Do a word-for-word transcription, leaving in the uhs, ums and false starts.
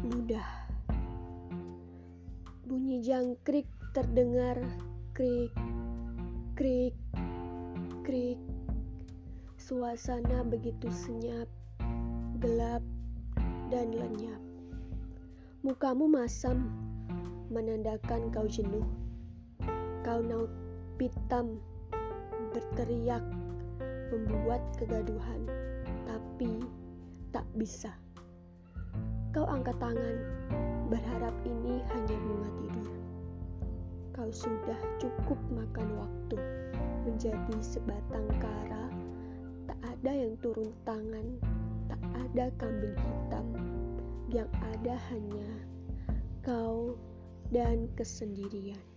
ludah. Bunyi jangkrik terdengar, krik, krik, krik. Suasana begitu senyap, gelap, dan lenyap. Mukamu masam, menandakan kau jenuh. Kau naut pitam, berteriak, membuat kegaduhan, tapi tak bisa. Kau angkat tangan, berharap ini hanya bunga tidur. Kau sudah cukup makan waktu, menjadi sebatang kara. Tak ada yang turun tangan, tak ada kambing hitam. Yang ada hanya kau dan kesendirian.